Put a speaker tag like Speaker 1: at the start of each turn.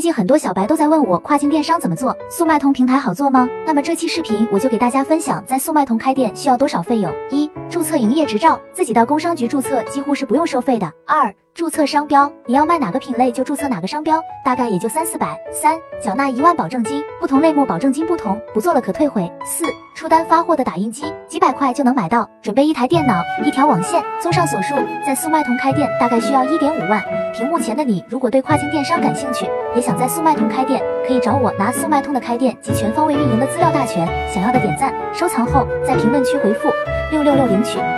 Speaker 1: 最近很多小白都在问我跨境电商怎么做，速卖通平台好做吗？那么这期视频我就给大家分享在速卖通开店需要多少费用。一、注册营业执照，自己到工商局注册几乎是不用收费的。二、注册商标，你要卖哪个品类就注册哪个商标，大概也就300-400。三、缴纳1万保证金，不同类目保证金不同，不做了可退回。四、出单发货的打印机，几百块就能买到，准备一台电脑、一条网线。综上所述，在速卖通开店大概需要1.5万。屏幕前的你，如果对跨境电商感兴趣，也想在速卖通开店，可以找我拿速卖通的开店及全方位运营的资料大全。想要的点赞、收藏后，在评论区回复666领取。